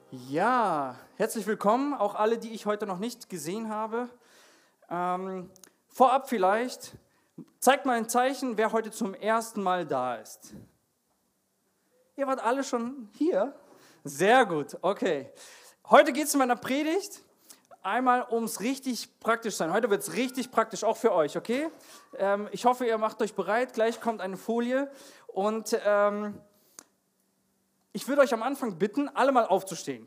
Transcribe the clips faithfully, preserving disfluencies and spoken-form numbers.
Ja, herzlich willkommen, auch alle, die ich heute noch nicht gesehen habe. Ähm, vorab vielleicht, zeigt mal ein Zeichen, wer heute zum ersten Mal da ist. Ihr wart alle schon hier? Sehr gut, okay. Heute geht es in meiner Predigt einmal ums richtig praktisch sein. Heute wird es richtig praktisch, auch für euch, okay? Ähm, ich hoffe, ihr macht euch bereit. Gleich kommt eine Folie und ähm, ich würde euch am Anfang bitten, alle mal aufzustehen.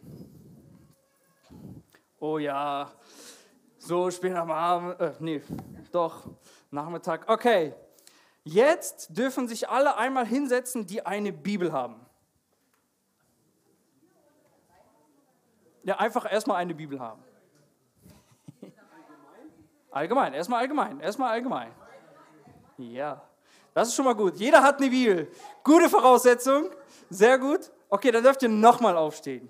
Oh ja, so spät am Abend, äh, nee, doch, Nachmittag. Okay, jetzt dürfen sich alle einmal hinsetzen, die eine Bibel haben. Ja, einfach erstmal eine Bibel haben. Allgemein, erstmal allgemein, erstmal allgemein. Ja, das ist schon mal gut. Jeder hat eine Bibel. Gute Voraussetzung, sehr gut. Okay, dann dürft ihr nochmal aufstehen.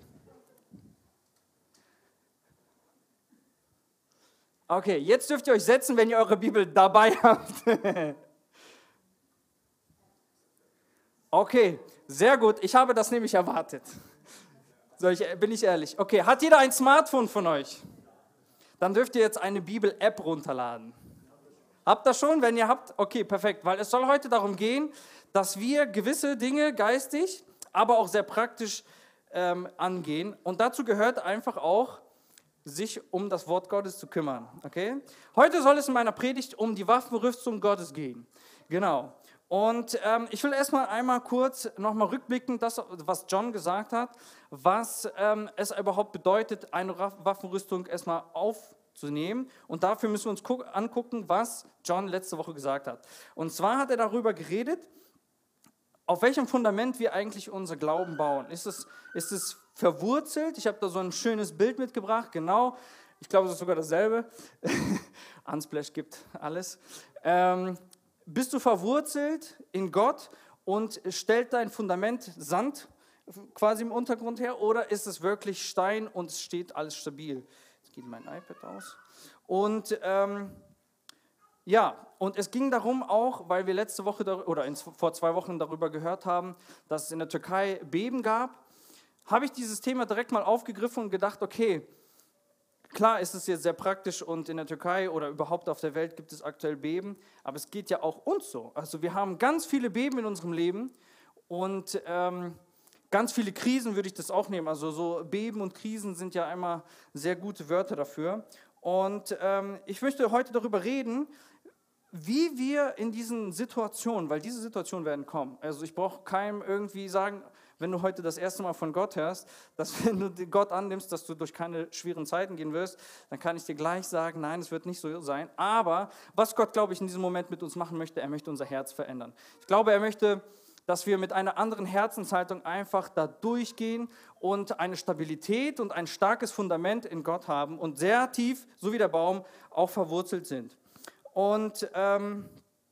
Okay, jetzt dürft ihr euch setzen, wenn ihr eure Bibel dabei habt. Okay, sehr gut. Ich habe das nämlich erwartet. Soll ich, bin ich ehrlich? Okay, hat jeder ein Smartphone von euch? Dann dürft ihr jetzt eine Bibel-App runterladen. Habt ihr schon? Wenn ihr habt, okay, perfekt. Weil es soll heute darum gehen, dass wir gewisse Dinge geistig, aber auch sehr praktisch ähm, angehen. Und dazu gehört einfach auch, sich um das Wort Gottes zu kümmern. Okay? Heute soll es in meiner Predigt um die Waffenrüstung Gottes gehen. Genau. Und ähm, ich will erstmal einmal kurz nochmal rückblicken, das, was John gesagt hat, was ähm, es überhaupt bedeutet, eine Waffenrüstung erstmal aufzunehmen. Und dafür müssen wir uns angucken, was John letzte Woche gesagt hat. Und zwar hat er darüber geredet, auf welchem Fundament wir eigentlich unser Glauben bauen. Ist es, ist es verwurzelt? Ich habe da so ein schönes Bild mitgebracht, genau. Ich glaube, es ist sogar dasselbe. Unsplash gibt alles. Ähm, bist du verwurzelt in Gott und stellt dein Fundament Sand quasi im Untergrund her, oder ist es wirklich Stein und es steht alles stabil? Jetzt geht mein iPad aus. Und ähm, ja, und es ging darum auch, weil wir letzte Woche oder in, vor zwei Wochen darüber gehört haben, dass es in der Türkei Beben gab, habe ich dieses Thema direkt mal aufgegriffen und gedacht, okay, klar ist es jetzt sehr praktisch und in der Türkei oder überhaupt auf der Welt gibt es aktuell Beben, aber es geht ja auch uns so. Also wir haben ganz viele Beben in unserem Leben und ähm, ganz viele Krisen würde ich das auch nehmen. Also so Beben und Krisen sind ja einmal sehr gute Wörter dafür. Und ähm, ich möchte heute darüber reden, wie wir in diesen Situationen, weil diese Situationen werden kommen. Also ich brauche keinem irgendwie sagen, wenn du heute das erste Mal von Gott hörst, dass wenn du Gott annimmst, dass du durch keine schweren Zeiten gehen wirst, dann kann ich dir gleich sagen, nein, es wird nicht so sein. Aber was Gott, glaube ich, in diesem Moment mit uns machen möchte, er möchte unser Herz verändern. Ich glaube, er möchte, dass wir mit einer anderen Herzenshaltung einfach da durchgehen und eine Stabilität und ein starkes Fundament in Gott haben und sehr tief, so wie der Baum, auch verwurzelt sind. Und ähm,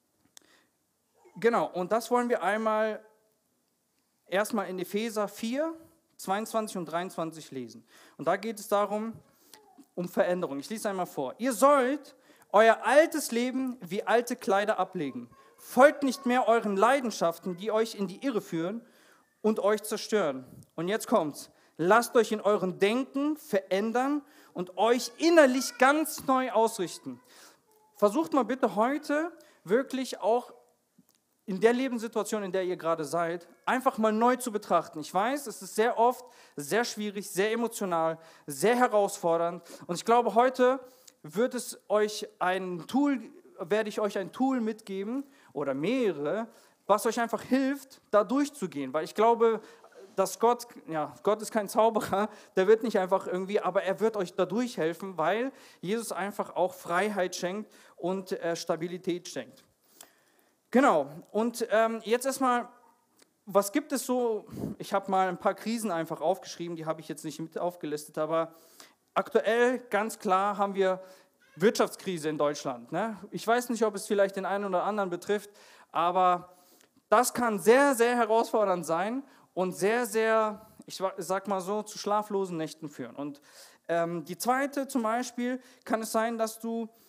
genau, und das wollen wir einmal erstmal in Epheser vier, zweiundzwanzig und dreiundzwanzig lesen. Und da geht es darum, um Veränderung. Ich lese einmal vor. Ihr sollt euer altes Leben wie alte Kleider ablegen. Folgt nicht mehr euren Leidenschaften, die euch in die Irre führen und euch zerstören. Und jetzt kommt's. Lasst euch in euren Denken verändern und euch innerlich ganz neu ausrichten. Versucht mal bitte heute wirklich auch in der Lebenssituation, in der ihr gerade seid, einfach mal neu zu betrachten. Ich weiß, es ist sehr oft sehr schwierig, sehr emotional, sehr herausfordernd. Und ich glaube, heute wird es euch ein Tool, werde ich euch ein Tool mitgeben oder mehrere, was euch einfach hilft, da durchzugehen. Weil ich glaube, dass Gott, ja, Gott ist kein Zauberer, der wird nicht einfach irgendwie, aber er wird euch dadurch helfen, weil Jesus einfach auch Freiheit schenkt und äh, Stabilität schenkt. Genau, und ähm, jetzt erstmal, was gibt es so, ich habe mal ein paar Krisen einfach aufgeschrieben, die habe ich jetzt nicht mit aufgelistet, aber aktuell ganz klar haben wir Wirtschaftskrise in Deutschland. Ne? Ich weiß nicht, ob es vielleicht den einen oder anderen betrifft, aber das kann sehr, sehr herausfordernd sein und sehr, sehr, ich sag mal so, zu schlaflosen Nächten führen. Und ähm, die zweite zum Beispiel kann es sein, dass du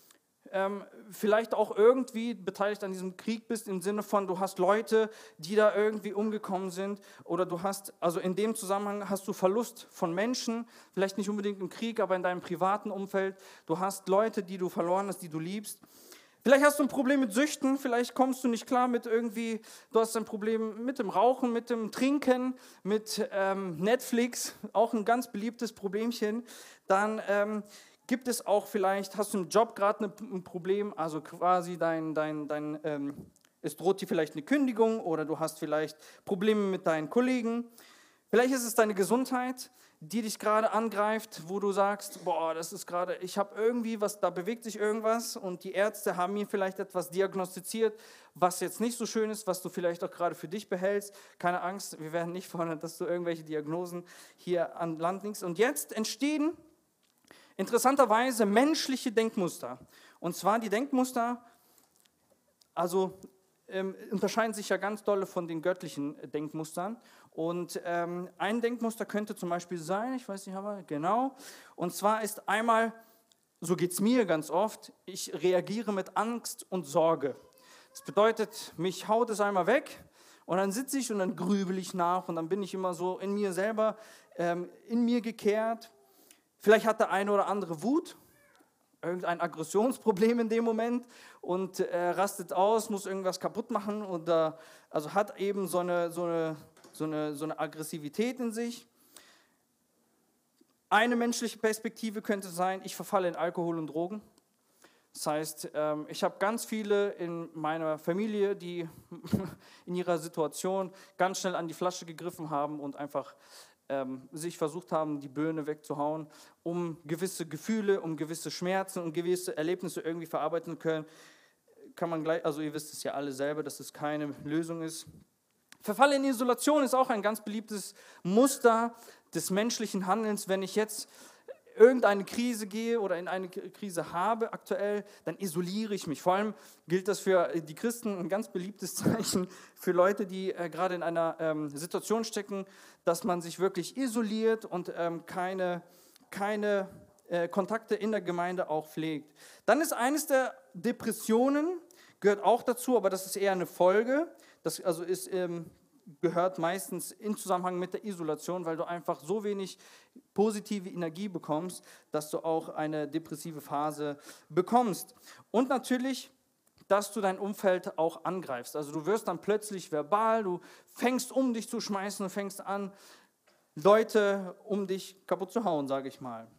ähm, vielleicht auch irgendwie beteiligt an diesem Krieg bist, im Sinne von, du hast Leute, die da irgendwie umgekommen sind, oder du hast, also in dem Zusammenhang hast du Verlust von Menschen, vielleicht nicht unbedingt im Krieg, aber in deinem privaten Umfeld. Du hast Leute, die du verloren hast, die du liebst. Vielleicht hast du ein Problem mit Süchten, vielleicht kommst du nicht klar mit irgendwie, du hast ein Problem mit dem Rauchen, mit dem Trinken, mit ähm, Netflix, auch ein ganz beliebtes Problemchen. Dann ähm, gibt es auch vielleicht, hast du im Job gerade ein Problem, also quasi dein, dein, dein ähm, es droht dir vielleicht eine Kündigung, oder du hast vielleicht Probleme mit deinen Kollegen. Vielleicht ist es deine Gesundheit, die dich gerade angreift, wo du sagst, boah, das ist gerade, ich habe irgendwie was, da bewegt sich irgendwas, und die Ärzte haben mir vielleicht etwas diagnostiziert, was jetzt nicht so schön ist, was du vielleicht auch gerade für dich behältst. Keine Angst, wir werden nicht fordern, dass du irgendwelche Diagnosen hier an Land legst. Und jetzt entstehen interessanterweise menschliche Denkmuster. Und zwar die Denkmuster, also ähm, unterscheiden sich ja ganz dolle von den göttlichen Denkmustern. Und ähm, ein Denkmuster könnte zum Beispiel sein, ich weiß nicht, aber genau, und zwar ist einmal, so geht es mir ganz oft, ich reagiere mit Angst und Sorge. Das bedeutet, mich haut es einmal weg, und dann sitze ich und dann grübel ich nach, und dann bin ich immer so in mir selber, ähm, in mir gekehrt. Vielleicht hat der eine oder andere Wut, irgendein Aggressionsproblem in dem Moment, und äh, rastet aus, muss irgendwas kaputt machen, oder also hat eben so eine, so eine So eine, so eine Aggressivität in sich. Eine menschliche Perspektive könnte sein, ich verfalle in Alkohol und Drogen. Das heißt, ich habe ganz viele in meiner Familie, die in ihrer Situation ganz schnell an die Flasche gegriffen haben und einfach ähm, sich versucht haben, die Birne wegzuhauen, um gewisse Gefühle, um gewisse Schmerzen und gewisse Erlebnisse irgendwie verarbeiten können. Kann man gleich, also ihr wisst es ja alle selber, dass es keine Lösung ist. Verfall in Isolation ist auch ein ganz beliebtes Muster des menschlichen Handelns. Wenn ich jetzt irgendeine Krise gehe oder in eine Krise habe aktuell, dann isoliere ich mich. Vor allem gilt das für die Christen, ein ganz beliebtes Zeichen für Leute, die äh, gerade in einer ähm, Situation stecken, dass man sich wirklich isoliert und ähm, keine, keine äh, Kontakte in der Gemeinde auch pflegt. Dann ist eines der Depressionen, gehört auch dazu, aber das ist eher eine Folge. Das also ist, ähm, gehört meistens in Zusammenhang mit der Isolation, weil du einfach so wenig positive Energie bekommst, dass du auch eine depressive Phase bekommst. Und natürlich, dass du dein Umfeld auch angreifst. Also du wirst dann plötzlich verbal, du fängst um dich zu schmeißen, du fängst an, Leute um dich kaputt zu hauen, sage ich mal.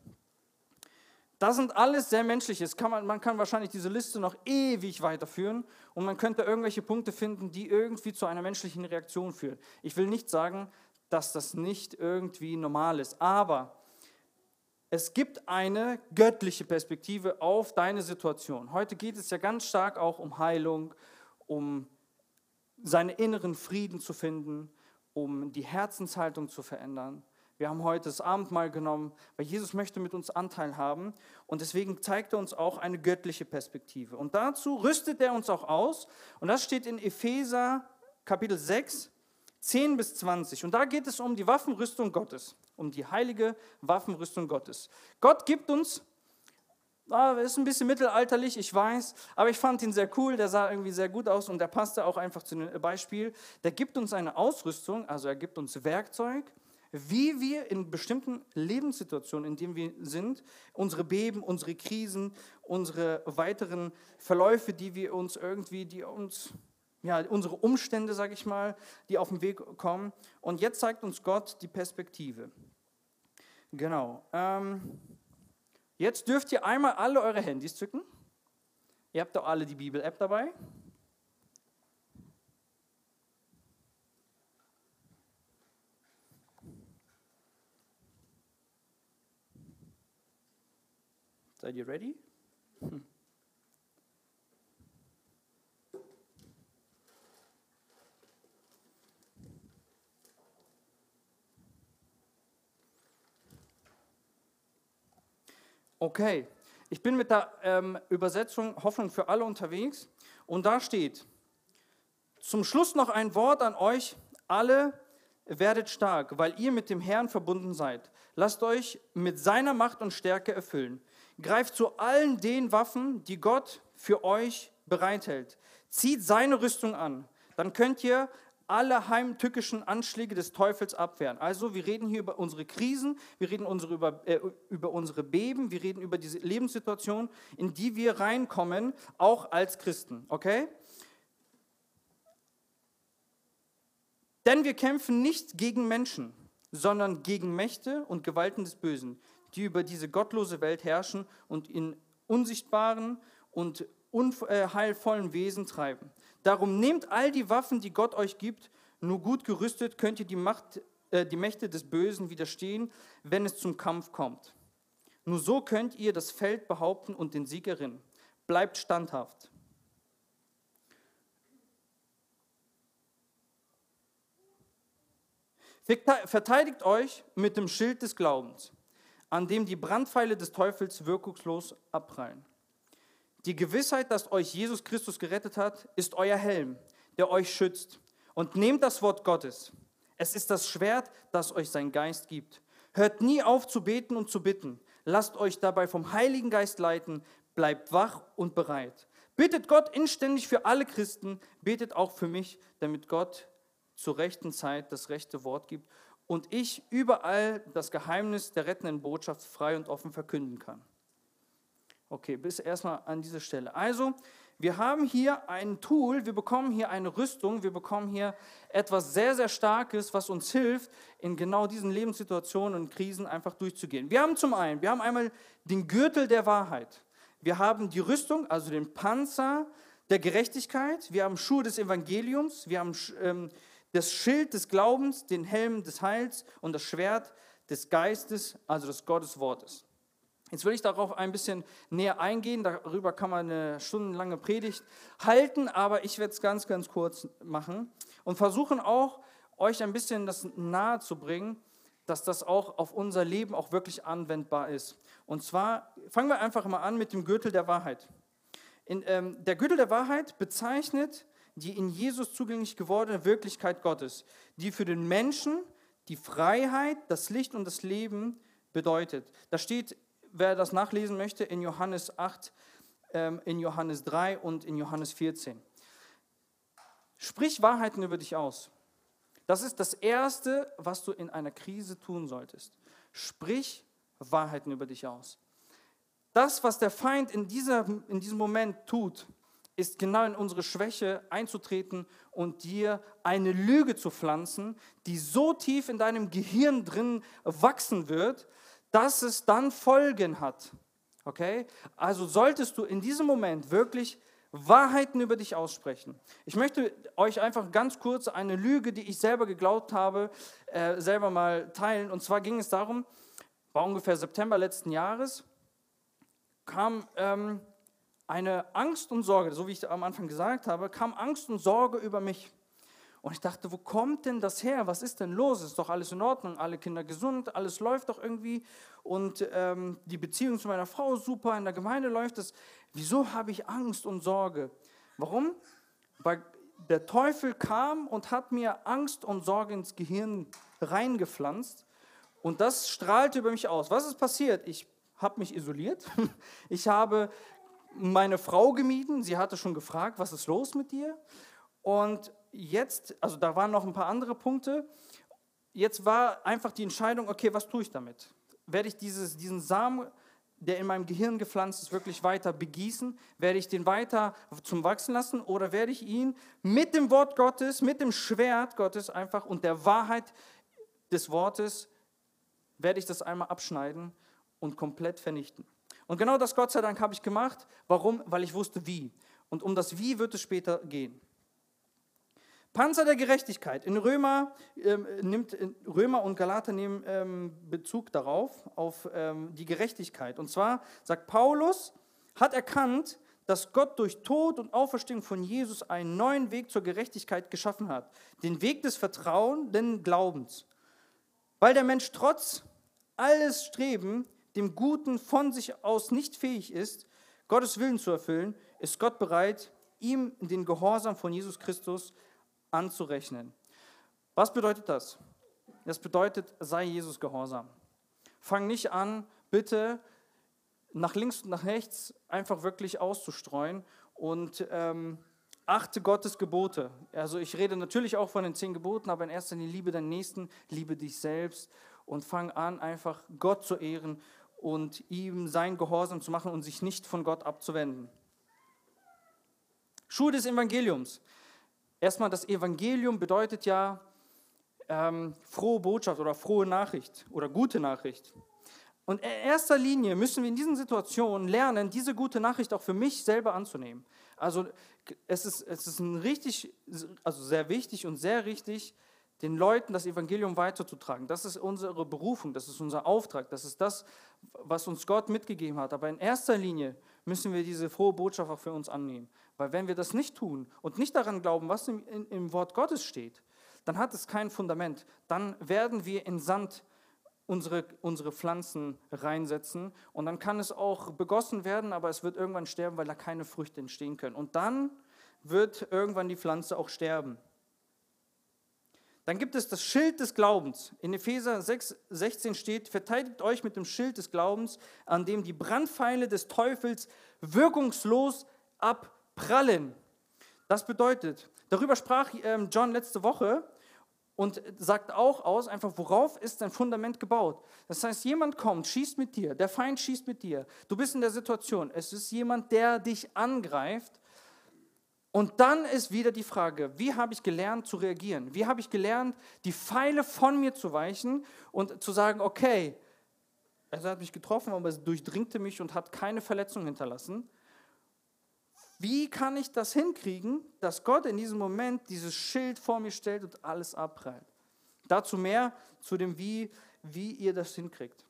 Das sind alles sehr menschliches. Kann man, man kann wahrscheinlich diese Liste noch ewig weiterführen, und man könnte irgendwelche Punkte finden, die irgendwie zu einer menschlichen Reaktion führen. Ich will nicht sagen, dass das nicht irgendwie normal ist, aber es gibt eine göttliche Perspektive auf deine Situation. Heute geht es ja ganz stark auch um Heilung, um seinen inneren Frieden zu finden, um die Herzenshaltung zu verändern. Wir haben heute das Abendmahl genommen, weil Jesus möchte mit uns Anteil haben, und deswegen zeigt er uns auch eine göttliche Perspektive. Und dazu rüstet er uns auch aus, und das steht in Epheser Kapitel sechs, zehn bis zwanzig. Und da geht es um die Waffenrüstung Gottes, um die heilige Waffenrüstung Gottes. Gott gibt uns, ah, ist ein bisschen mittelalterlich, ich weiß, aber ich fand ihn sehr cool, der sah irgendwie sehr gut aus und der passte auch einfach zu dem Beispiel. Der gibt uns eine Ausrüstung, also er gibt uns Werkzeug, wie wir in bestimmten Lebenssituationen, in denen wir sind, unsere Beben, unsere Krisen, unsere weiteren Verläufe, die wir uns irgendwie, die uns, ja, unsere Umstände, sage ich mal, die auf den Weg kommen. Und jetzt zeigt uns Gott die Perspektive. Genau. Ähm, jetzt dürft ihr einmal alle eure Handys zücken. Ihr habt doch alle die Bibel-App dabei. Seid ihr ready? Hm. Okay, ich bin mit der ähm, Übersetzung Hoffnung für alle unterwegs, und da steht: Zum Schluss noch ein Wort an euch alle: Werdet stark, weil ihr mit dem Herrn verbunden seid. Lasst euch mit seiner Macht und Stärke erfüllen. Greift zu allen den Waffen, die Gott für euch bereithält. Zieht seine Rüstung an. Dann könnt ihr alle heimtückischen Anschläge des Teufels abwehren. Also wir reden hier über unsere Krisen, wir reden unsere, über, äh, über unsere Beben, wir reden über diese Lebenssituation, in die wir reinkommen, auch als Christen. Okay? Denn wir kämpfen nicht gegen Menschen, sondern gegen Mächte und Gewalten des Bösen, die über diese gottlose Welt herrschen und in unsichtbaren und unheilvollen Wesen treiben. Darum nehmt all die Waffen, die Gott euch gibt, nur gut gerüstet könnt ihr die, Macht, äh, die Mächte des Bösen widerstehen, wenn es zum Kampf kommt. Nur so könnt ihr das Feld behaupten und den Sieg erringen. Bleibt standhaft. Verteidigt euch mit dem Schild des Glaubens, an dem die Brandpfeile des Teufels wirkungslos abprallen. Die Gewissheit, dass euch Jesus Christus gerettet hat, ist euer Helm, der euch schützt. Und nehmt das Wort Gottes. Es ist das Schwert, das euch sein Geist gibt. Hört nie auf zu beten und zu bitten. Lasst euch dabei vom Heiligen Geist leiten. Bleibt wach und bereit. Bittet Gott inständig für alle Christen. Betet auch für mich, damit Gott zur rechten Zeit das rechte Wort gibt und ich überall das Geheimnis der rettenden Botschaft frei und offen verkünden kann. Okay, bis erstmal an diese Stelle. Also, wir haben hier ein Tool, wir bekommen hier eine Rüstung, wir bekommen hier etwas sehr, sehr Starkes, was uns hilft, in genau diesen Lebenssituationen und Krisen einfach durchzugehen. Wir haben zum einen, wir haben einmal den Gürtel der Wahrheit. Wir haben die Rüstung, also den Panzer der Gerechtigkeit. Wir haben Schuhe des Evangeliums. Wir haben ähm, das Schild des Glaubens, den Helm des Heils und das Schwert des Geistes, also des Gotteswortes. Jetzt will ich darauf ein bisschen näher eingehen, darüber kann man eine stundenlange Predigt halten, aber ich werde es ganz, ganz kurz machen und versuchen auch, euch ein bisschen das nahe zu bringen, dass das auch auf unser Leben auch wirklich anwendbar ist. Und zwar fangen wir einfach mal an mit dem Gürtel der Wahrheit. In, ähm, der Gürtel der Wahrheit bezeichnet die in Jesus zugänglich gewordene Wirklichkeit Gottes, die für den Menschen die Freiheit, das Licht und das Leben bedeutet. Da steht, wer das nachlesen möchte, in Johannes acht, ähm, in Johannes drei und in Johannes vierzehn. Sprich Wahrheiten über dich aus. Das ist das Erste, was du in einer Krise tun solltest. Sprich Wahrheiten über dich aus. Das, was der Feind in, dieser, in diesem Moment tut, ist genau in unsere Schwäche einzutreten und dir eine Lüge zu pflanzen, die so tief in deinem Gehirn drin wachsen wird, dass es dann Folgen hat. Okay? Also solltest du in diesem Moment wirklich Wahrheiten über dich aussprechen. Ich möchte euch einfach ganz kurz eine Lüge, die ich selber geglaubt habe, äh, selber mal teilen. Und zwar ging es darum, war ungefähr September letzten Jahres, kam ähm, eine Angst und Sorge, so wie ich am Anfang gesagt habe, kam Angst und Sorge über mich. Und ich dachte, wo kommt denn das her? Was ist denn los? Ist doch alles in Ordnung, alle Kinder gesund, alles läuft doch irgendwie. Und ähm, die Beziehung zu meiner Frau ist super, in der Gemeinde läuft es. Wieso habe ich Angst und Sorge? Warum? Weil der Teufel kam und hat mir Angst und Sorge ins Gehirn reingepflanzt. Und das strahlte über mich aus. Was ist passiert? Ich habe mich isoliert. Ich habe meine Frau gemieden. Sie hatte schon gefragt, was ist los mit dir? Und jetzt, also da waren noch ein paar andere Punkte. Jetzt war einfach die Entscheidung, okay, was tue ich damit? Werde ich dieses, diesen Samen, der in meinem Gehirn gepflanzt ist, wirklich weiter begießen? Werde ich den weiter zum Wachsen lassen? Oder werde ich ihn mit dem Wort Gottes, mit dem Schwert Gottes einfach und der Wahrheit des Wortes, werde ich das einmal abschneiden und komplett vernichten? Und genau das, Gott sei Dank, habe ich gemacht. Warum? Weil ich wusste, wie. Und um das Wie wird es später gehen. Panzer der Gerechtigkeit. In Römer, ähm, nimmt, in Römer und Galater nehmen ähm, Bezug darauf, auf ähm, die Gerechtigkeit. Und zwar sagt Paulus, hat erkannt, dass Gott durch Tod und Auferstehung von Jesus einen neuen Weg zur Gerechtigkeit geschaffen hat. Den Weg des vertrauenden Glaubens. Weil der Mensch trotz alles Streben, dem Guten von sich aus nicht fähig ist, Gottes Willen zu erfüllen, ist Gott bereit, ihm den Gehorsam von Jesus Christus anzurechnen. Was bedeutet das? Das bedeutet, sei Jesus gehorsam. Fang nicht an, bitte nach links und nach rechts einfach wirklich auszustreuen und ähm, achte Gottes Gebote. Also ich rede natürlich auch von den zehn Geboten, aber in erster Linie liebe deinen Nächsten, liebe dich selbst und fang an, einfach Gott zu ehren und ihm sein Gehorsam zu machen und sich nicht von Gott abzuwenden. Schuhe des Evangeliums. Erstmal, das Evangelium bedeutet ja ähm, frohe Botschaft oder frohe Nachricht oder gute Nachricht. Und in erster Linie müssen wir in diesen Situationen lernen, diese gute Nachricht auch für mich selber anzunehmen. Also es ist, es ist ein richtig, also sehr wichtig und sehr richtig, den Leuten das Evangelium weiterzutragen. Das ist unsere Berufung, das ist unser Auftrag, das ist das, was uns Gott mitgegeben hat. Aber in erster Linie müssen wir diese frohe Botschaft auch für uns annehmen. Weil wenn wir das nicht tun und nicht daran glauben, was im, in, im Wort Gottes steht, dann hat es kein Fundament. Dann werden wir in Sand unsere, unsere Pflanzen reinsetzen und dann kann es auch begossen werden, aber es wird irgendwann sterben, weil da keine Früchte entstehen können. Und dann wird irgendwann die Pflanze auch sterben. Dann gibt es das Schild des Glaubens. In Epheser sechs, sechzehn steht, verteidigt euch mit dem Schild des Glaubens, an dem die Brandpfeile des Teufels wirkungslos abprallen. Das bedeutet, darüber sprach John letzte Woche und sagt auch aus, einfach worauf ist dein Fundament gebaut. Das heißt, jemand kommt, schießt mit dir, der Feind schießt mit dir, du bist in der Situation, es ist jemand, der dich angreift. Und dann ist wieder die Frage, wie habe ich gelernt zu reagieren? Wie habe ich gelernt, die Pfeile von mir zu weichen und zu sagen, okay, er hat mich getroffen, aber es durchdringte mich und hat keine Verletzung hinterlassen. Wie kann ich das hinkriegen, dass Gott in diesem Moment dieses Schild vor mir stellt und alles abprallt? Dazu mehr, zu dem wie, wie ihr das hinkriegt.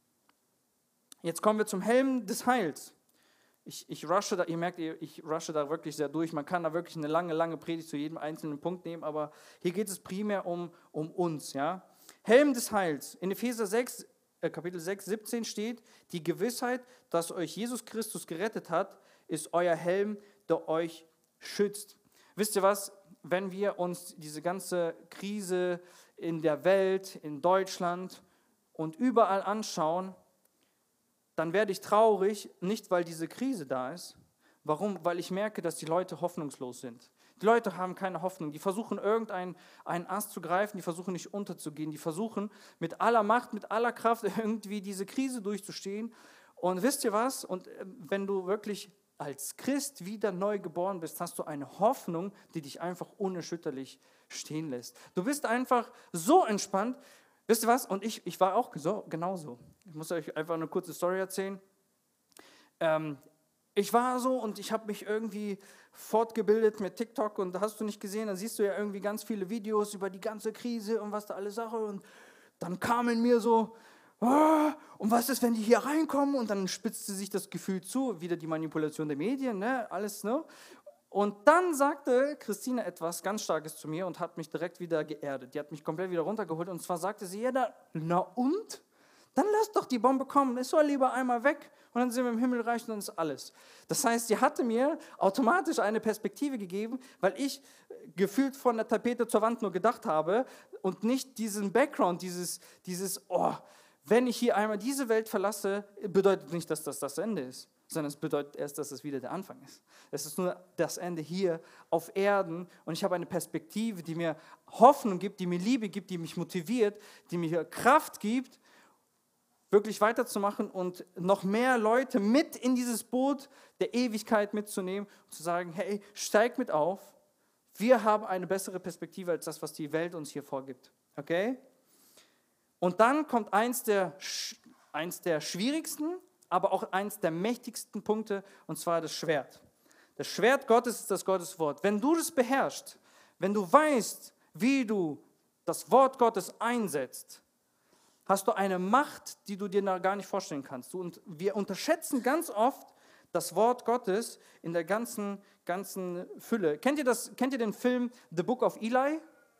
Jetzt kommen wir zum Helm des Heils. Ich, ich rushe da, ihr merkt, ich rushe da wirklich sehr durch. Man kann da wirklich eine lange, lange Predigt zu jedem einzelnen Punkt nehmen, aber hier geht es primär um, um uns. Ja? Helm des Heils. In Epheser sechs, äh, Kapitel sechs, siebzehn steht, die Gewissheit, dass euch Jesus Christus gerettet hat, ist euer Helm, der euch schützt. Wisst ihr was? Wenn wir uns diese ganze Krise in der Welt, in Deutschland und überall anschauen, dann werde ich traurig, nicht weil diese Krise da ist. Warum? Weil ich merke, dass die Leute hoffnungslos sind. Die Leute haben keine Hoffnung. Die versuchen irgendeinen einen Ast zu greifen, die versuchen nicht unterzugehen, die versuchen mit aller Macht, mit aller Kraft irgendwie diese Krise durchzustehen. Und wisst ihr was? Und wenn du wirklich als Christ wieder neu geboren bist, hast du eine Hoffnung, die dich einfach unerschütterlich stehen lässt. Du bist einfach so entspannt. Wisst ihr was? Und ich, ich war auch so, genauso. Ich muss euch einfach eine kurze Story erzählen. Ähm, ich war so und ich habe mich irgendwie fortgebildet mit TikTok und hast du nicht gesehen, da siehst du ja irgendwie ganz viele Videos über die ganze Krise und was da alles Sache und dann kam in mir so, oh, und was ist, wenn die hier reinkommen und dann spitzte sich das Gefühl zu, wieder die Manipulation der Medien, ne, alles, ne? Und dann sagte Christine etwas ganz Starkes zu mir und hat mich direkt wieder geerdet. Die hat mich komplett wieder runtergeholt und zwar sagte sie, ja, da, na und? Dann lass doch die Bombe kommen, es soll lieber einmal weg und dann sind wir im Himmelreich und dann ist alles. Das heißt, sie hatte mir automatisch eine Perspektive gegeben, weil ich gefühlt von der Tapete zur Wand nur gedacht habe und nicht diesen Background, dieses, dieses oh, wenn ich hier einmal diese Welt verlasse, bedeutet nicht, dass das das Ende ist, sondern es bedeutet erst, dass es wieder der Anfang ist. Es ist nur das Ende hier auf Erden und ich habe eine Perspektive, die mir Hoffnung gibt, die mir Liebe gibt, die mich motiviert, die mir Kraft gibt, wirklich weiterzumachen und noch mehr Leute mit in dieses Boot der Ewigkeit mitzunehmen und zu sagen, hey, steig mit auf, wir haben eine bessere Perspektive als das, was die Welt uns hier vorgibt. Okay? Und dann kommt eins der, eins der schwierigsten, aber auch eins der mächtigsten Punkte, und zwar das Schwert. Das Schwert Gottes ist das Gotteswort. Wenn du das beherrschst, wenn du weißt, wie du das Wort Gottes einsetzt, hast du eine Macht, die du dir gar nicht vorstellen kannst. Und wir unterschätzen ganz oft das Wort Gottes in der ganzen, ganzen Fülle. Kennt ihr, das, kennt ihr den Film The Book of Eli?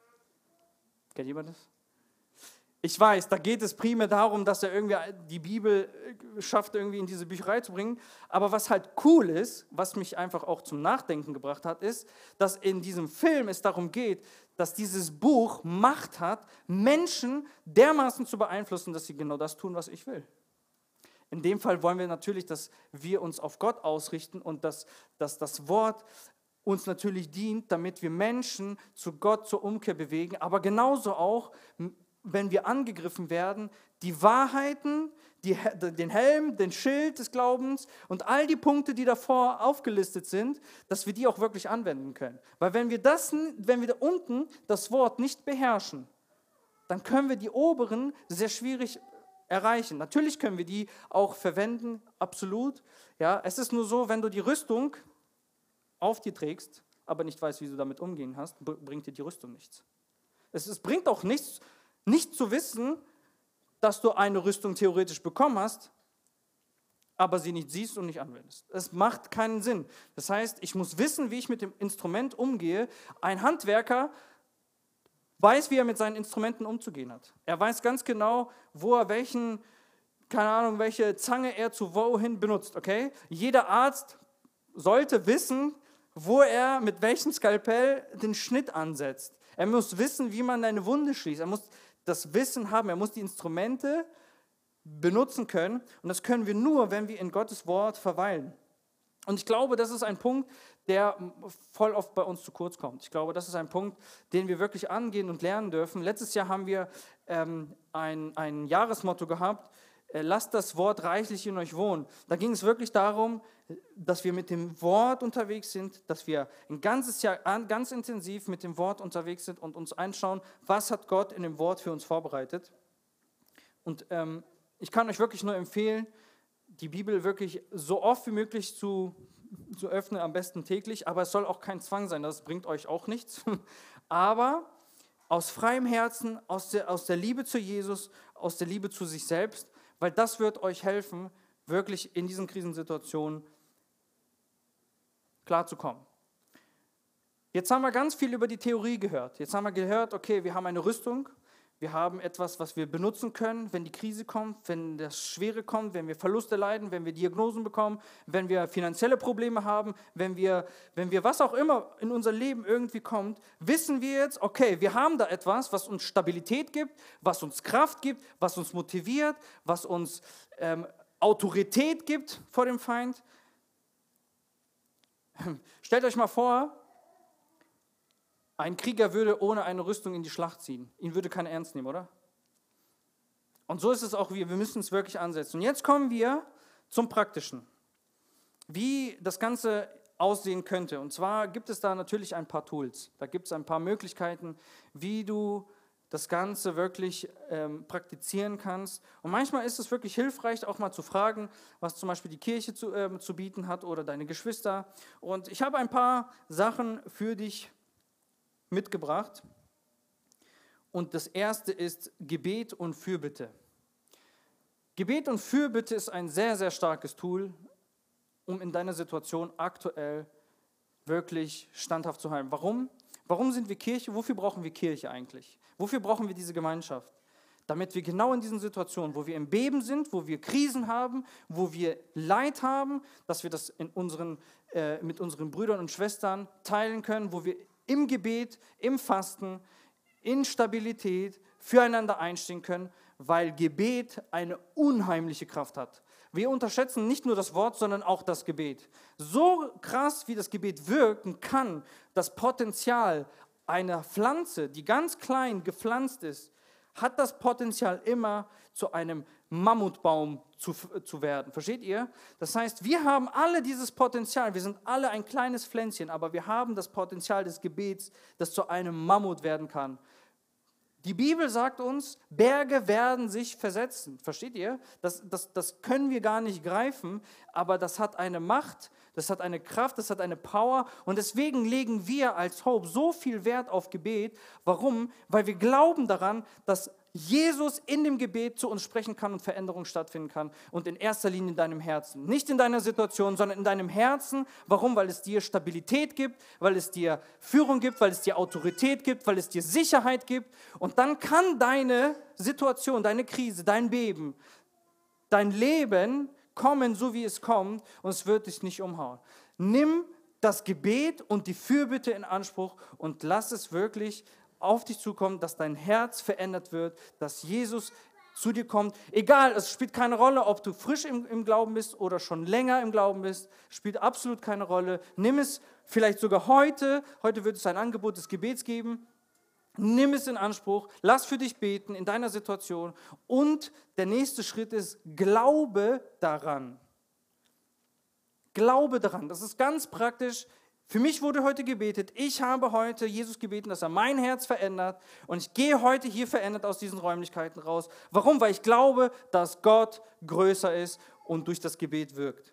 Kennt jemand das? Ich weiß, da geht es primär darum, dass er irgendwie die Bibel schafft, irgendwie in diese Bücherei zu bringen. Aber was halt cool ist, was mich einfach auch zum Nachdenken gebracht hat, ist, dass in diesem Film es darum geht, dass dieses Buch Macht hat, Menschen dermaßen zu beeinflussen, dass sie genau das tun, was ich will. In dem Fall wollen wir natürlich, dass wir uns auf Gott ausrichten und dass, dass das Wort uns natürlich dient, damit wir Menschen zu Gott, zur Umkehr bewegen, aber genauso auch, wenn wir angegriffen werden, die Wahrheiten, die, den Helm, den Schild des Glaubens und all die Punkte, die davor aufgelistet sind, dass wir die auch wirklich anwenden können. Weil wenn wir das, wenn wir da unten das Wort nicht beherrschen, dann können wir die oberen sehr schwierig erreichen. Natürlich können wir die auch verwenden, absolut. Ja, es ist nur so, wenn du die Rüstung auf dir trägst, aber nicht weißt, wie du damit umgehen hast, bringt dir die Rüstung nichts. Es, es bringt auch nichts, nicht zu wissen, dass du eine Rüstung theoretisch bekommen hast, aber sie nicht siehst und nicht anwendest. Es macht keinen Sinn. Das heißt, ich muss wissen, wie ich mit dem Instrument umgehe. Ein Handwerker weiß, wie er mit seinen Instrumenten umzugehen hat. Er weiß ganz genau, wo er welchen, keine Ahnung, welche Zange er zu wohin benutzt. Okay? Jeder Arzt sollte wissen, wo er mit welchem Skalpell den Schnitt ansetzt. Er muss wissen, wie man eine Wunde schließt. Er muss das Wissen haben, er muss die Instrumente benutzen können. Und das können wir nur, wenn wir in Gottes Wort verweilen. Und ich glaube, das ist ein Punkt, der voll oft bei uns zu kurz kommt. Ich glaube, das ist ein Punkt, den wir wirklich angehen und lernen dürfen. Letztes Jahr haben wir ähm, ein, ein Jahresmotto gehabt, äh, lasst das Wort reichlich in euch wohnen. Da ging es wirklich darum, dass wir mit dem Wort unterwegs sind, dass wir ein ganzes Jahr ganz intensiv mit dem Wort unterwegs sind und uns anschauen, was hat Gott in dem Wort für uns vorbereitet. Und ähm, ich kann euch wirklich nur empfehlen, die Bibel wirklich so oft wie möglich zu, zu öffnen, am besten täglich, aber es soll auch kein Zwang sein, das bringt euch auch nichts. Aber aus freiem Herzen, aus der, aus der Liebe zu Jesus, aus der Liebe zu sich selbst, weil das wird euch helfen, wirklich in diesen Krisensituationen klarzukommen. Jetzt haben wir ganz viel über die Theorie gehört. Jetzt haben wir gehört, okay, wir haben eine Rüstung, wir haben etwas, was wir benutzen können, wenn die Krise kommt, wenn das Schwere kommt, wenn wir Verluste leiden, wenn wir Diagnosen bekommen, wenn wir finanzielle Probleme haben, wenn wir, wenn wir was auch immer in unser Leben irgendwie kommt, wissen wir jetzt, okay, wir haben da etwas, was uns Stabilität gibt, was uns Kraft gibt, was uns motiviert, was uns ähm, Autorität gibt vor dem Feind. Stellt euch mal vor, ein Krieger würde ohne eine Rüstung in die Schlacht ziehen. Ihn würde keiner ernst nehmen, oder? Und so ist es auch wir. Wir müssen es wirklich ansetzen. Und jetzt kommen wir zum Praktischen. Wie das Ganze aussehen könnte. Und zwar gibt es da natürlich ein paar Tools. Da gibt es ein paar Möglichkeiten, wie du das Ganze wirklich ähm, praktizieren kannst. Und manchmal ist es wirklich hilfreich, auch mal zu fragen, was zum Beispiel die Kirche zu, äh, zu bieten hat oder deine Geschwister. Und ich habe ein paar Sachen für dich mitgebracht. Und das erste ist Gebet und Fürbitte. Gebet und Fürbitte ist ein sehr, sehr starkes Tool, um in deiner Situation aktuell wirklich standhaft zu halten. Warum? Warum sind wir Kirche? Wofür brauchen wir Kirche eigentlich? Wofür brauchen wir diese Gemeinschaft? Damit wir genau in diesen Situationen, wo wir im Beben sind, wo wir Krisen haben, wo wir Leid haben, dass wir das in unseren, äh, mit unseren Brüdern und Schwestern teilen können, wo wir im Gebet, im Fasten, in Stabilität füreinander einstehen können, weil Gebet eine unheimliche Kraft hat. Wir unterschätzen nicht nur das Wort, sondern auch das Gebet. So krass, wie das Gebet wirken kann, das Potenzial einer Pflanze, die ganz klein gepflanzt ist, hat das Potenzial immer zu einem Mammutbaum zu, zu werden. Versteht ihr? Das heißt, wir haben alle dieses Potenzial, wir sind alle ein kleines Pflänzchen, aber wir haben das Potenzial des Gebets, das zu einem Mammut werden kann. Die Bibel sagt uns, Berge werden sich versetzen. Versteht ihr? Das, das, das können wir gar nicht greifen, aber das hat eine Macht, das hat eine Kraft, das hat eine Power. Und deswegen legen wir als Hope so viel Wert auf Gebet. Warum? Weil wir glauben daran, dass Jesus in dem Gebet zu uns sprechen kann und Veränderung stattfinden kann. Und in erster Linie in deinem Herzen. Nicht in deiner Situation, sondern in deinem Herzen. Warum? Weil es dir Stabilität gibt, weil es dir Führung gibt, weil es dir Autorität gibt, weil es dir Sicherheit gibt. Und dann kann deine Situation, deine Krise, dein Beben, dein Leben kommen, so wie es kommt, und es wird dich nicht umhauen. Nimm das Gebet und die Fürbitte in Anspruch und lass es wirklich auf dich zukommen, dass dein Herz verändert wird, dass Jesus zu dir kommt. Egal, es spielt keine Rolle, ob du frisch im, im Glauben bist oder schon länger im Glauben bist. Spielt absolut keine Rolle. Nimm es vielleicht sogar heute. Heute wird es ein Angebot des Gebets geben. Nimm es in Anspruch. Lass für dich beten in deiner Situation. Und der nächste Schritt ist, glaube daran. Glaube daran. Das ist ganz praktisch. Für mich wurde heute gebetet, ich habe heute Jesus gebeten, dass er mein Herz verändert und ich gehe heute hier verändert aus diesen Räumlichkeiten raus. Warum? Weil ich glaube, dass Gott größer ist und durch das Gebet wirkt.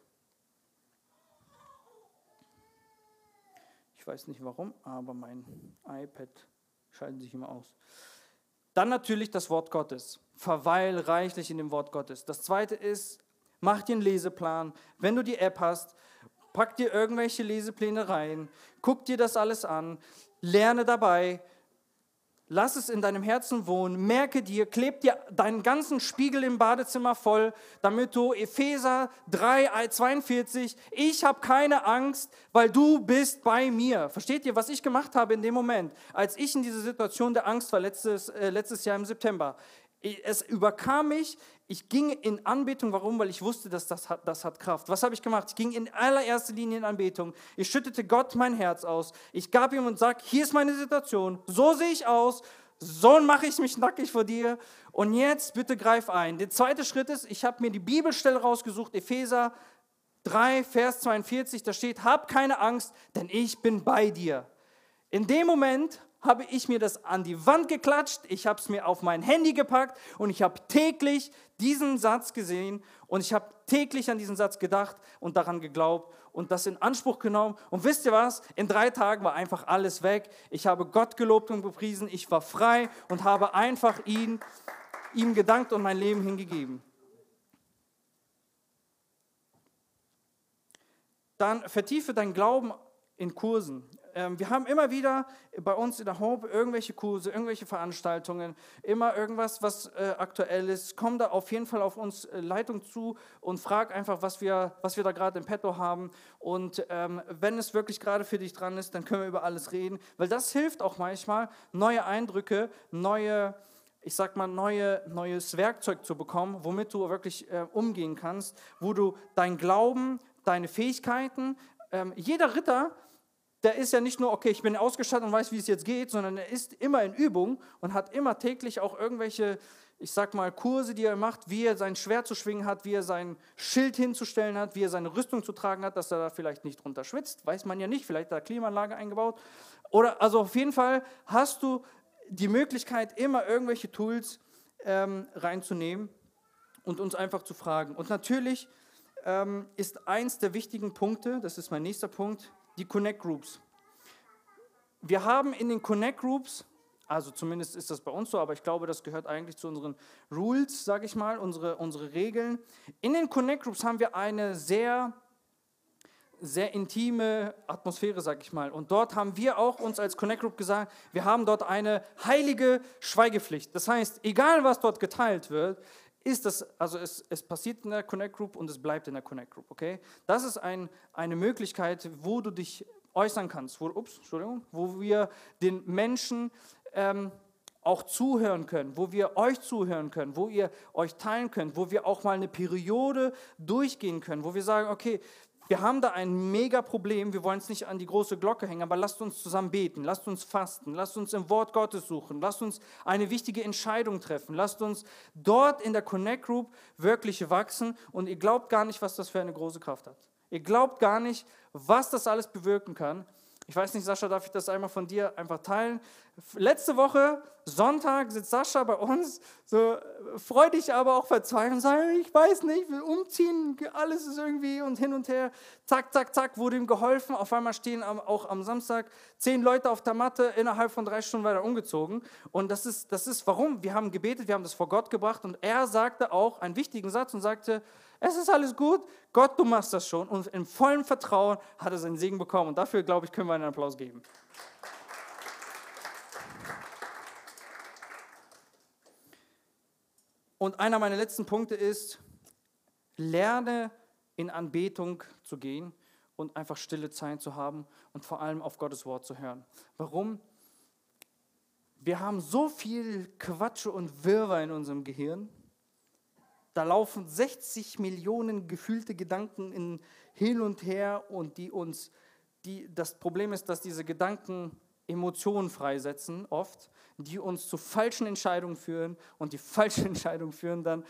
Ich weiß nicht warum, aber mein iPad schaltet sich immer aus. Dann natürlich das Wort Gottes. Verweil reichlich in dem Wort Gottes. Das zweite ist, mach dir einen Leseplan. Wenn du die App hast, pack dir irgendwelche Lesepläne rein, guck dir das alles an, lerne dabei, lass es in deinem Herzen wohnen, merke dir, kleb dir deinen ganzen Spiegel im Badezimmer voll, damit du Epheser drei, zweiundvierzig, ich habe keine Angst, weil du bist bei mir. Versteht ihr, was ich gemacht habe in dem Moment, als ich in dieser Situation der Angst war, letztes, äh, letztes Jahr im September? Es überkam mich, ich ging in Anbetung. Warum? Weil ich wusste, dass das hat, das hat Kraft. Was habe ich gemacht? Ich ging in allererster Linie in Anbetung. Ich schüttete Gott mein Herz aus. Ich gab ihm und sagte, hier ist meine Situation, so sehe ich aus, so mache ich mich nackig vor dir und jetzt bitte greif ein. Der zweite Schritt ist, ich habe mir die Bibelstelle rausgesucht, Epheser drei, Vers zweiundvierzig, da steht, hab keine Angst, denn ich bin bei dir. In dem Moment habe ich mir das an die Wand geklatscht, ich habe es mir auf mein Handy gepackt und ich habe täglich diesen Satz gesehen und ich habe täglich an diesen Satz gedacht und daran geglaubt und das in Anspruch genommen. Und wisst ihr was? In drei Tagen war einfach alles weg. Ich habe Gott gelobt und gepriesen, ich war frei und habe einfach ihn, ihm gedankt und mein Leben hingegeben. Dann vertiefe dein Glauben in Kursen. Wir haben immer wieder bei uns in der Hope irgendwelche Kurse, irgendwelche Veranstaltungen, immer irgendwas, was äh, aktuell ist. Komm da auf jeden Fall auf uns äh, Leitung zu und frag einfach, was wir, was wir da gerade im Petto haben. Und ähm, wenn es wirklich gerade für dich dran ist, dann können wir über alles reden, weil das hilft auch manchmal, neue Eindrücke, neue, ich sag mal, neue, neues Werkzeug zu bekommen, womit du wirklich äh, umgehen kannst, wo du dein Glauben, deine Fähigkeiten, ähm, jeder Ritter, der ist ja nicht nur, okay, ich bin ausgestattet und weiß, wie es jetzt geht, sondern er ist immer in Übung und hat immer täglich auch irgendwelche, ich sag mal, Kurse, die er macht, wie er sein Schwert zu schwingen hat, wie er sein Schild hinzustellen hat, wie er seine Rüstung zu tragen hat, dass er da vielleicht nicht drunter schwitzt, weiß man ja nicht, vielleicht hat er Klimaanlage eingebaut. Oder also auf jeden Fall hast du die Möglichkeit, immer irgendwelche Tools ähm, reinzunehmen und uns einfach zu fragen. Und natürlich ähm, ist eins der wichtigen Punkte, das ist mein nächster Punkt, die Connect Groups. Wir haben in den Connect Groups, also zumindest ist das bei uns so, aber ich glaube, das gehört eigentlich zu unseren Rules, sage ich mal, unsere, unsere Regeln. In den Connect Groups haben wir eine sehr, sehr intime Atmosphäre, sage ich mal. Und dort haben wir auch uns als Connect Group gesagt, wir haben dort eine heilige Schweigepflicht. Das heißt, egal was dort geteilt wird, ist das, also es, es passiert in der Connect Group und es bleibt in der Connect Group, okay? Das ist ein, eine Möglichkeit, wo du dich äußern kannst, wo, ups, Entschuldigung, wo wir den Menschen ähm, auch zuhören können, wo wir euch zuhören können, wo ihr euch teilen könnt, wo wir auch mal eine Periode durchgehen können, wo wir sagen, okay, wir haben da ein mega Problem, wir wollen es nicht an die große Glocke hängen, aber lasst uns zusammen beten, lasst uns fasten, lasst uns im Wort Gottes suchen, lasst uns eine wichtige Entscheidung treffen, lasst uns dort in der Connect Group wirklich wachsen und ihr glaubt gar nicht, was das für eine große Kraft hat. Ihr glaubt gar nicht, was das alles bewirken kann. Ich weiß nicht, Sascha, darf ich das einmal von dir einfach teilen? Letzte Woche, Sonntag, sitzt Sascha bei uns, so freudig, aber auch verzweifelt und sagt, ich weiß nicht, will umziehen, alles ist irgendwie und hin und her. Zack, zack, zack, wurde ihm geholfen. Auf einmal stehen auch am Samstag zehn Leute auf der Matte, innerhalb von drei Stunden weiter umgezogen. Und das ist, das ist, warum? Wir haben gebetet, wir haben das vor Gott gebracht und er sagte auch einen wichtigen Satz und sagte, es ist alles gut, Gott, du machst das schon. Und im vollen Vertrauen hat er seinen Segen bekommen. Und dafür, glaube ich, können wir einen Applaus geben. Und einer meiner letzten Punkte ist, lerne in Anbetung zu gehen und einfach stille Zeit zu haben und vor allem auf Gottes Wort zu hören. Warum? Wir haben so viel Quatsch und Wirrwarr in unserem Gehirn. da laufen sechzig Millionen gefühlte Gedanken in, hin und her und die uns, die, das Problem ist, dass diese Gedanken Emotionen freisetzen, oft, die uns zu falschen Entscheidungen führen und die falschen Entscheidungen führen dann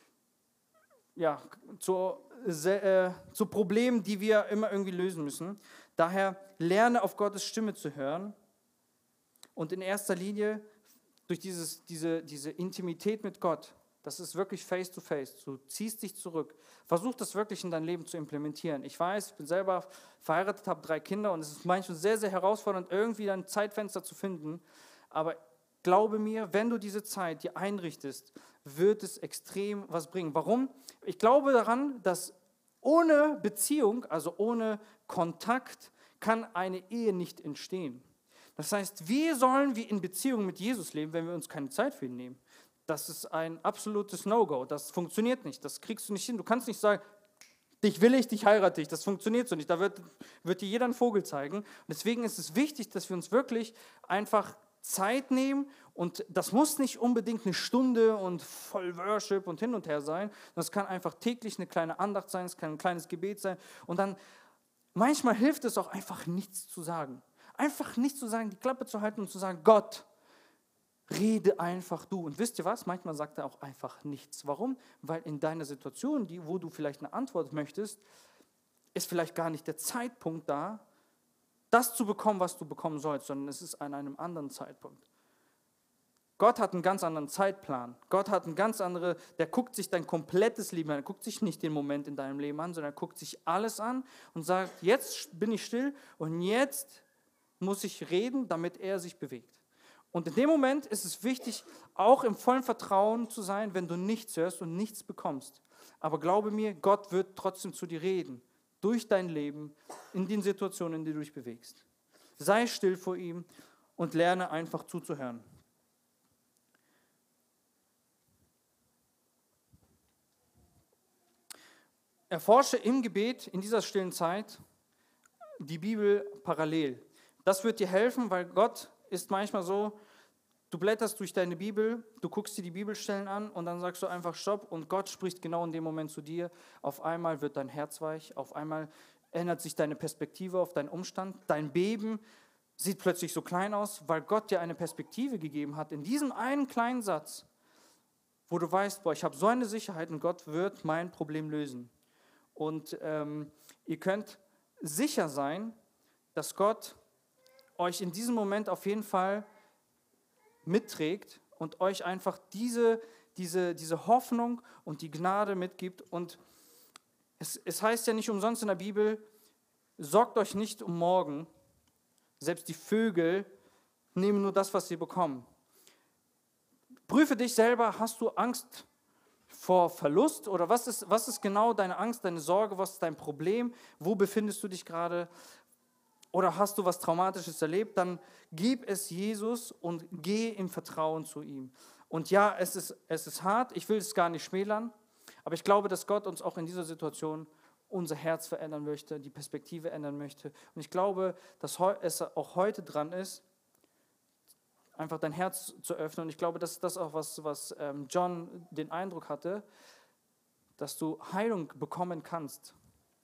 ja, zu, äh, zu Problemen, die wir immer irgendwie lösen müssen. Daher lerne auf Gottes Stimme zu hören und in erster Linie durch dieses, diese, diese Intimität mit Gott. Das ist wirklich face to face. Du ziehst dich zurück. Versuch das wirklich in dein Leben zu implementieren. Ich weiß, ich bin selber verheiratet, habe drei Kinder und es ist manchmal sehr, sehr herausfordernd, irgendwie ein Zeitfenster zu finden. Aber glaube mir, wenn du diese Zeit dir einrichtest, wird es extrem was bringen. Warum? Ich glaube daran, dass ohne Beziehung, also ohne Kontakt, kann eine Ehe nicht entstehen. Das heißt, wie sollen wir in Beziehung mit Jesus leben, wenn wir uns keine Zeit für ihn nehmen? Das ist ein absolutes No-Go. Das funktioniert nicht. Das kriegst du nicht hin. Du kannst nicht sagen, dich will ich, dich heirate ich. Das funktioniert so nicht. Da wird, wird dir jeder einen Vogel zeigen. Und deswegen ist es wichtig, dass wir uns wirklich einfach Zeit nehmen. Und das muss nicht unbedingt eine Stunde und voll Worship und hin und her sein. Das kann einfach täglich eine kleine Andacht sein. Es kann ein kleines Gebet sein. Und dann, manchmal hilft es auch einfach nichts zu sagen. Einfach nichts zu sagen, die Klappe zu halten und zu sagen, Gott, rede einfach du. Und wisst ihr was? Manchmal sagt er auch einfach nichts. Warum? Weil in deiner Situation, die, wo du vielleicht eine Antwort möchtest, ist vielleicht gar nicht der Zeitpunkt da, das zu bekommen, was du bekommen sollst, sondern es ist an einem anderen Zeitpunkt. Gott hat einen ganz anderen Zeitplan. Gott hat einen ganz andere, der guckt sich dein komplettes Leben an. Er guckt sich nicht den Moment in deinem Leben an, sondern er guckt sich alles an und sagt, jetzt bin ich still und jetzt muss ich reden, damit er sich bewegt. Und in dem Moment ist es wichtig, auch im vollen Vertrauen zu sein, wenn du nichts hörst und nichts bekommst. Aber glaube mir, Gott wird trotzdem zu dir reden, durch dein Leben, in den Situationen, in denen du dich bewegst. Sei still vor ihm und lerne einfach zuzuhören. Erforsche im Gebet, in dieser stillen Zeit, die Bibel parallel. Das wird dir helfen, weil Gott ist manchmal so, du blätterst durch deine Bibel, du guckst dir die Bibelstellen an und dann sagst du einfach Stopp und Gott spricht genau in dem Moment zu dir. Auf einmal wird dein Herz weich, auf einmal ändert sich deine Perspektive auf deinen Umstand. Dein Beben sieht plötzlich so klein aus, weil Gott dir eine Perspektive gegeben hat. In diesem einen kleinen Satz, wo du weißt, boah, ich habe so eine Sicherheit und Gott wird mein Problem lösen. Und ähm, ihr könnt sicher sein, dass Gott euch in diesem Moment auf jeden Fall mitträgt und euch einfach diese, diese, diese Hoffnung und die Gnade mitgibt. Und es, es heißt ja nicht umsonst in der Bibel, sorgt euch nicht um morgen, selbst die Vögel nehmen nur das, was sie bekommen. Prüfe dich selber, hast du Angst vor Verlust oder was ist, was ist genau deine Angst, deine Sorge, was ist dein Problem, wo befindest du dich gerade? Oder hast du was Traumatisches erlebt, dann gib es Jesus und geh im Vertrauen zu ihm. Und ja, es ist, es ist hart, ich will es gar nicht schmälern, aber ich glaube, dass Gott uns auch in dieser Situation unser Herz verändern möchte, die Perspektive ändern möchte. Und ich glaube, dass es auch heute dran ist, einfach dein Herz zu öffnen. Und ich glaube, das ist das auch, was, was John den Eindruck hatte, dass du Heilung bekommen kannst.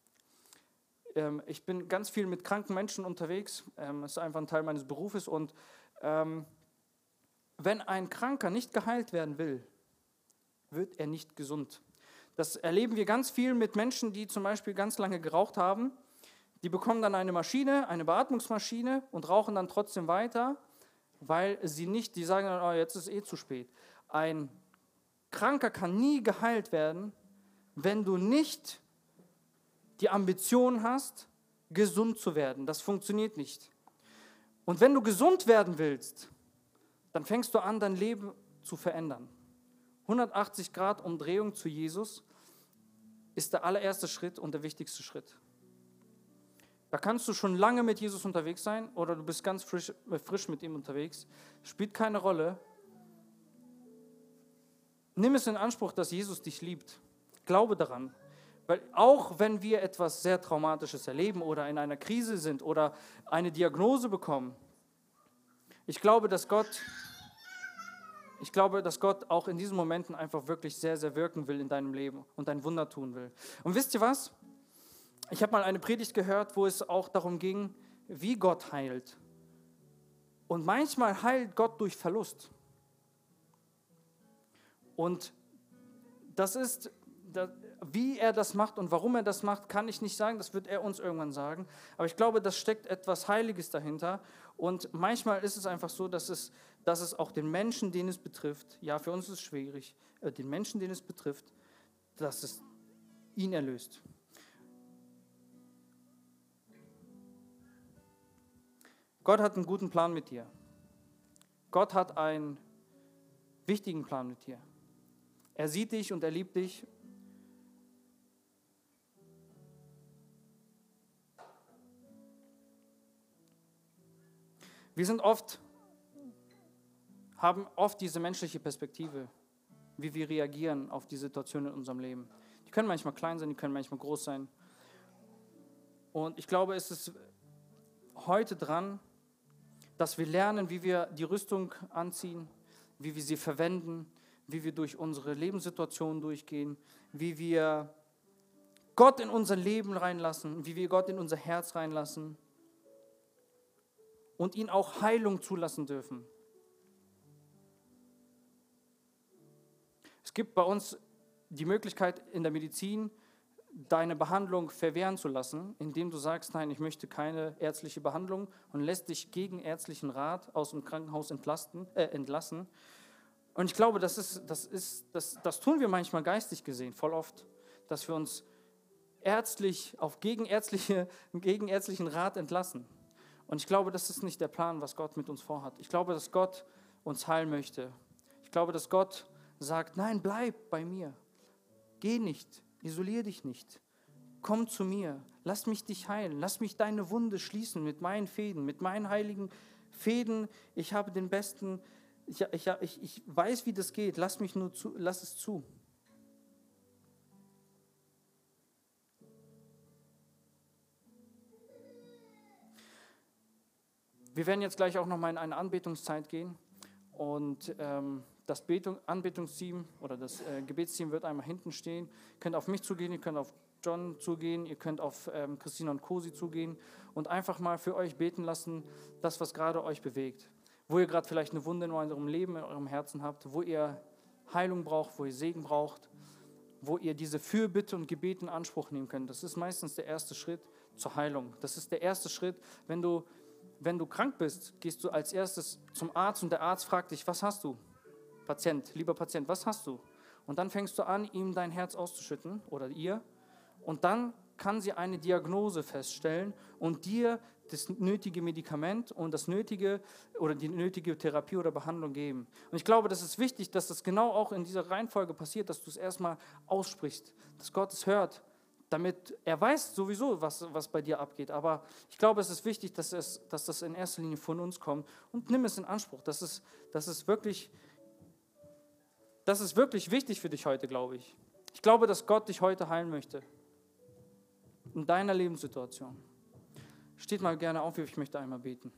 Ich bin ganz viel mit kranken Menschen unterwegs. Das ist einfach ein Teil meines Berufes. Und ähm, wenn ein Kranker nicht geheilt werden will, wird er nicht gesund. Das erleben wir ganz viel mit Menschen, die zum Beispiel ganz lange geraucht haben. Die bekommen dann eine Maschine, eine Beatmungsmaschine und rauchen dann trotzdem weiter, weil sie nicht, die sagen dann, oh, jetzt ist eh zu spät. Ein Kranker kann nie geheilt werden, wenn du nicht die Ambition hast, gesund zu werden. Das funktioniert nicht. Und wenn du gesund werden willst, dann fängst du an, dein Leben zu verändern. hundertachtzig Grad Umdrehung zu Jesus ist der allererste Schritt und der wichtigste Schritt. Da kannst du schon lange mit Jesus unterwegs sein oder du bist ganz frisch, äh, frisch mit ihm unterwegs. Spielt keine Rolle. Nimm es in Anspruch, dass Jesus dich liebt. Glaube daran. Weil auch wenn wir etwas sehr Traumatisches erleben oder in einer Krise sind oder eine Diagnose bekommen, ich glaube, dass Gott Ich glaube, dass Gott auch in diesen Momenten einfach wirklich sehr, sehr wirken will in deinem Leben und ein Wunder tun will. Und wisst ihr was? Ich habe mal eine Predigt gehört, wo es auch darum ging, wie Gott heilt. Und manchmal heilt Gott durch Verlust. Und das ist, wie er das macht und warum er das macht, kann ich nicht sagen, das wird er uns irgendwann sagen. Aber ich glaube, da steckt etwas Heiliges dahinter. Und manchmal ist es einfach so, dass es, dass es auch den Menschen, den es betrifft, ja, für uns ist es schwierig, äh, den Menschen, den es betrifft, dass es ihn erlöst. Gott hat einen guten Plan mit dir. Gott hat einen wichtigen Plan mit dir. Er sieht dich und er liebt dich. Wir sind oft, haben oft diese menschliche Perspektive, wie wir reagieren auf die Situation in unserem Leben. Die können manchmal klein sein, die können manchmal groß sein. Und ich glaube, es ist heute dran, dass wir lernen, wie wir die Rüstung anziehen, wie wir sie verwenden, wie wir durch unsere Lebenssituation durchgehen, wie wir Gott in unser Leben reinlassen, wie wir Gott in unser Herz reinlassen und ihn auch Heilung zulassen dürfen. Es gibt bei uns die Möglichkeit in der Medizin, deine Behandlung verwehren zu lassen, indem du sagst, nein, ich möchte keine ärztliche Behandlung und lässt dich gegen ärztlichen Rat aus dem Krankenhaus entlasten, äh, entlassen. Und ich glaube, das, ist, das, ist, das, das tun wir manchmal geistig gesehen, voll oft, dass wir uns ärztlich auf gegenärztliche, gegenärztlichen Rat entlassen. Und ich glaube, das ist nicht der Plan, was Gott mit uns vorhat. Ich glaube, dass Gott uns heilen möchte. Ich glaube, dass Gott sagt, nein, bleib bei mir. Geh nicht. Isolier dich nicht. Komm zu mir. Lass mich dich heilen. Lass mich deine Wunde schließen mit meinen Fäden, mit meinen heiligen Fäden. Ich habe den besten, ich, ich, ich, ich weiß, wie das geht. Lass mich nur zu, lass es zu. Wir werden jetzt gleich auch nochmal in eine Anbetungszeit gehen und ähm, das Betung, Anbetungsteam oder das äh, Gebetsteam wird einmal hinten stehen. Ihr könnt auf mich zugehen, ihr könnt auf John zugehen, ihr könnt auf ähm, Christina und Cosi zugehen und einfach mal für euch beten lassen, das, was gerade euch bewegt. Wo ihr gerade vielleicht eine Wunde in eurem Leben, in eurem Herzen habt, wo ihr Heilung braucht, wo ihr Segen braucht, wo ihr diese Fürbitte und Gebete in Anspruch nehmen könnt. Das ist meistens der erste Schritt zur Heilung. Das ist der erste Schritt, wenn du, wenn du krank bist, gehst du als erstes zum Arzt und der Arzt fragt dich, was hast du? Patient, lieber Patient, was hast du? Und dann fängst du an, ihm dein Herz auszuschütten oder ihr. Und dann kann sie eine Diagnose feststellen und dir das nötige Medikament und das nötige oder die nötige Therapie oder Behandlung geben. Und ich glaube, das ist wichtig, dass das genau auch in dieser Reihenfolge passiert, dass du es erstmal aussprichst, dass Gott es hört, damit er weiß sowieso, was, was bei dir abgeht. Aber ich glaube, es ist wichtig, dass, es, dass das in erster Linie von uns kommt und nimm es in Anspruch. Das ist, das ist wirklich... Das ist wirklich wichtig für dich heute, glaube ich. Ich glaube, dass Gott dich heute heilen möchte. In deiner Lebenssituation. Steht mal gerne auf, ich möchte einmal beten.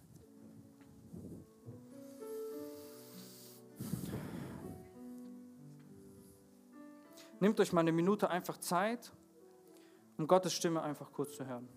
Nehmt euch mal eine Minute einfach Zeit, um Gottes Stimme einfach kurz zu hören.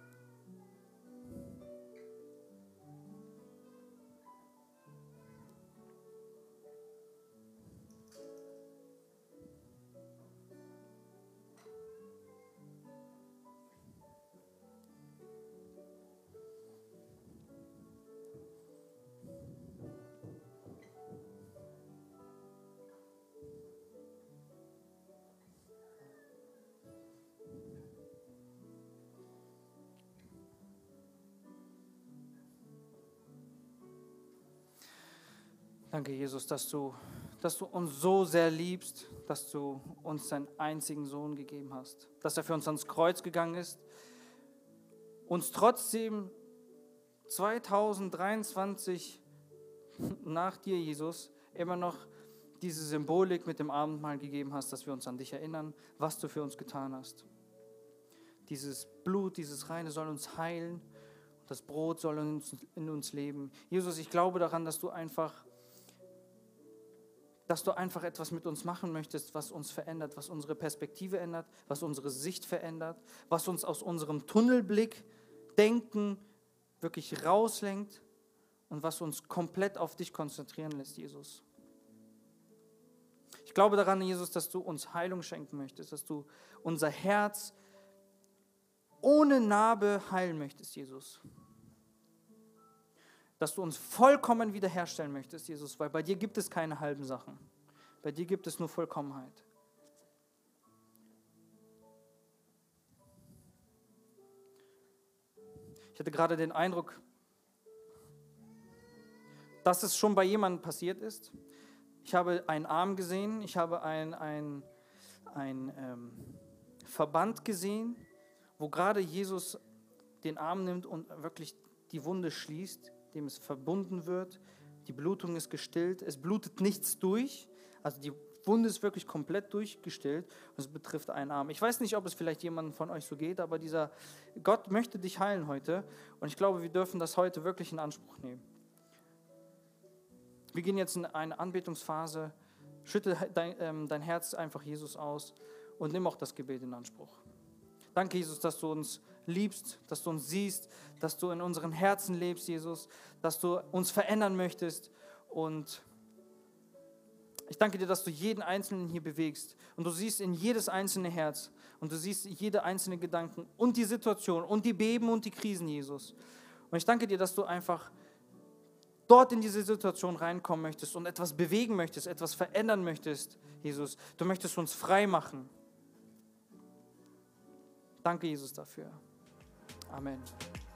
Danke, Jesus, dass du, dass du uns so sehr liebst, dass du uns deinen einzigen Sohn gegeben hast, dass er für uns ans Kreuz gegangen ist, uns trotzdem zweitausenddreiundzwanzig nach dir, Jesus, immer noch diese Symbolik mit dem Abendmahl gegeben hast, dass wir uns an dich erinnern, was du für uns getan hast. Dieses Blut, dieses Reine soll uns heilen, das Brot soll in uns, in uns leben. Jesus, ich glaube daran, dass du einfach dass du einfach etwas mit uns machen möchtest, was uns verändert, was unsere Perspektive ändert, was unsere Sicht verändert, was uns aus unserem Tunnelblick, Denken wirklich rauslenkt und was uns komplett auf dich konzentrieren lässt, Jesus. Ich glaube daran, Jesus, dass du uns Heilung schenken möchtest, dass du unser Herz ohne Narbe heilen möchtest, Jesus. Dass du uns vollkommen wiederherstellen möchtest, Jesus, weil bei dir gibt es keine halben Sachen. Bei dir gibt es nur Vollkommenheit. Ich hatte gerade den Eindruck, dass es schon bei jemandem passiert ist. Ich habe einen Arm gesehen, ich habe ein, ein, ein ähm, Verband gesehen, wo gerade Jesus den Arm nimmt und wirklich die Wunde schließt, dem es verbunden wird. Die Blutung ist gestillt, es blutet nichts durch, also die Wunde ist wirklich komplett durchgestillt und es betrifft einen Arm. Ich weiß nicht, ob es vielleicht jemandem von euch so geht, aber dieser Gott möchte dich heilen heute und ich glaube, wir dürfen das heute wirklich in Anspruch nehmen. Wir gehen jetzt in eine Anbetungsphase, schütte dein, ähm, dein Herz einfach Jesus aus und nimm auch das Gebet in Anspruch. Danke, Jesus, dass du uns liebst, dass du uns siehst, dass du in unseren Herzen lebst, Jesus, dass du uns verändern möchtest und ich danke dir, dass du jeden Einzelnen hier bewegst und du siehst in jedes einzelne Herz und du siehst jede einzelne Gedanken und die Situation und die Beben und die Krisen, Jesus. Und ich danke dir, dass du einfach dort in diese Situation reinkommen möchtest und etwas bewegen möchtest, etwas verändern möchtest, Jesus. Du möchtest uns frei machen. Danke, Jesus, dafür. Amen.